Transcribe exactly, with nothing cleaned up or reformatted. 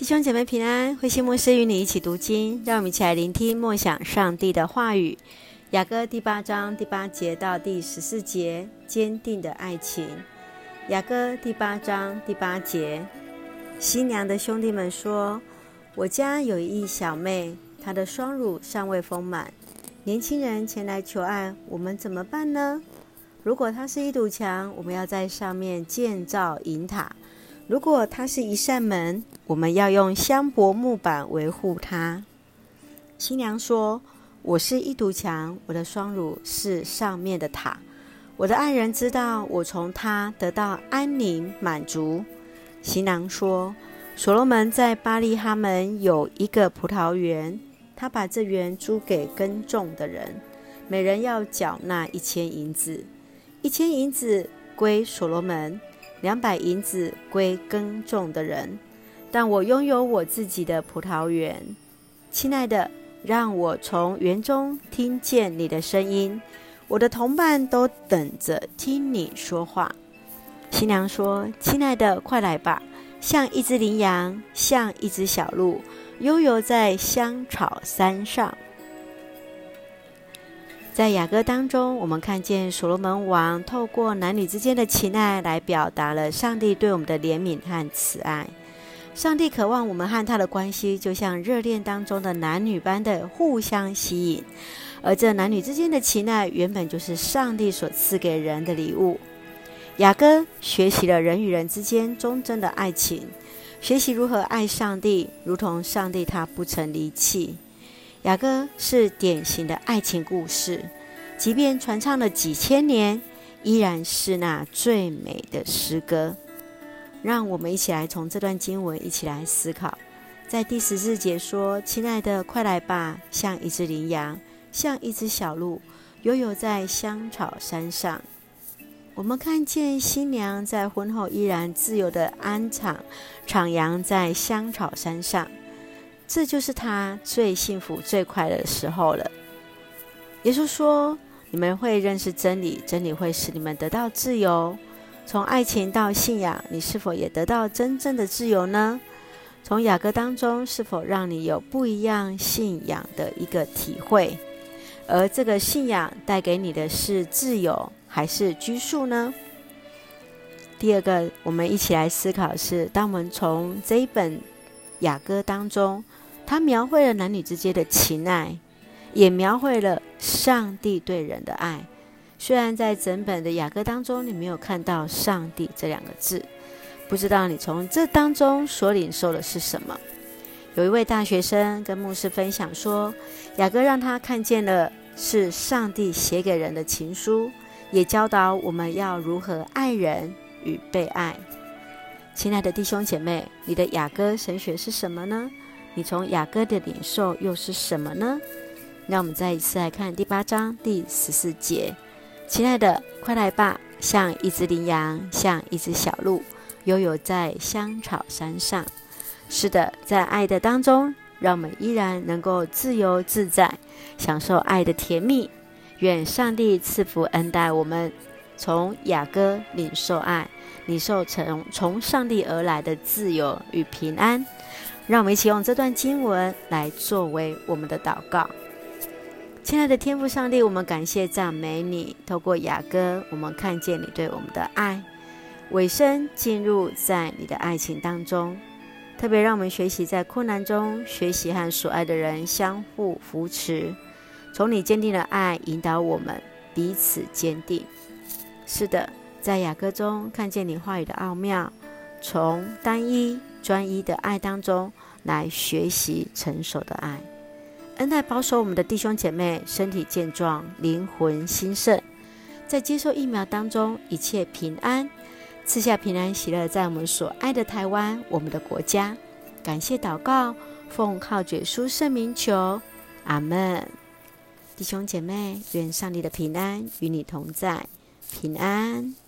弟兄姐妹平安，慧馨牧师与你一起读经，让我们一起来聆听默想上帝的话语。雅歌第八章第八节到第十四节，坚定的爱情。雅歌第八章第八节，新娘的兄弟们说，我家有一小妹，她的双乳尚未丰满，年轻人前来求爱，我们怎么办呢？如果它是一堵墙，我们要在上面建造银塔；如果它是一扇门，我们要用香柏木板维护它。新娘说，我是一堵墙，我的双乳是上面的塔。我的爱人知道我从他得到安宁满足。新郎说，所罗门在巴利哈门有一个葡萄园，他把这园租给耕种的人，每人要缴纳一千银子，一千银子归所罗门，两百银子归耕种的人。但我拥有我自己的葡萄园。亲爱的，让我从园中听见你的声音，我的同伴都等着听你说话。新娘说，亲爱的，快来吧，像一只羚羊，像一只小鹿，悠游在香草山上。在雅歌当中，我们看见所罗门王透过男女之间的情爱来表达了上帝对我们的怜悯和慈爱。上帝渴望我们和他的关系就像热恋当中的男女般的互相吸引，而这男女之间的情爱原本就是上帝所赐给人的礼物。雅歌学习了人与人之间忠贞的爱情，学习如何爱上帝，如同上帝他不曾离弃。雅歌是典型的爱情故事，即便传唱了几千年，依然是那最美的诗歌。让我们一起来从这段经文一起来思考。在第十四节说，亲爱的，快来吧，像一只羚羊，像一只小鹿，悠游在香草山上。我们看见新娘在婚后依然自由的安敞徜徉在香草山上，这就是她最幸福最快乐的时候了。耶稣说，你们会认识真理，真理会使你们得到自由。从爱情到信仰，你是否也得到真正的自由呢？从雅歌当中，是否让你有不一样信仰的一个体会？而这个信仰带给你的是自由还是拘束呢？第二个，我们一起来思考是，当我们从这一本雅歌当中，它描绘了男女之间的情爱，也描绘了上帝对人的爱。虽然在整本的雅歌当中你没有看到上帝这两个字，不知道你从这当中所领受的是什么。有一位大学生跟牧师分享说，雅歌让他看见了是上帝写给人的情书，也教导我们要如何爱人与被爱。亲爱的弟兄姐妹，你的雅歌神学是什么呢？你从雅歌的领受又是什么呢？让我们再一次来看第八章第十四节，亲爱的，快来吧，像一只羚羊，像一只小鹿，悠游在香草山上。是的，在爱的当中，让我们依然能够自由自在，享受爱的甜蜜。愿上帝赐福恩待我们，从雅歌领受爱，领受从从上帝而来的自由与平安。让我们一起用这段经文来作为我们的祷告。亲爱的天父上帝，我们感谢赞美你，透过雅歌我们看见你对我们的爱，尾声进入在你的爱情当中，特别让我们学习在困难中学习和所爱的人相互扶持，从你坚定的爱引导我们彼此坚定。是的，在雅歌中看见你话语的奥妙，从单一专一的爱当中来学习成熟的爱。恩待保守我们的弟兄姐妹身体健壮，灵魂兴盛，在接受疫苗当中一切平安，赐下平安喜乐在我们所爱的台湾，我们的国家。感谢祷告，奉靠主耶稣圣名求，阿们。弟兄姐妹，愿上帝的平安与你同在，平安。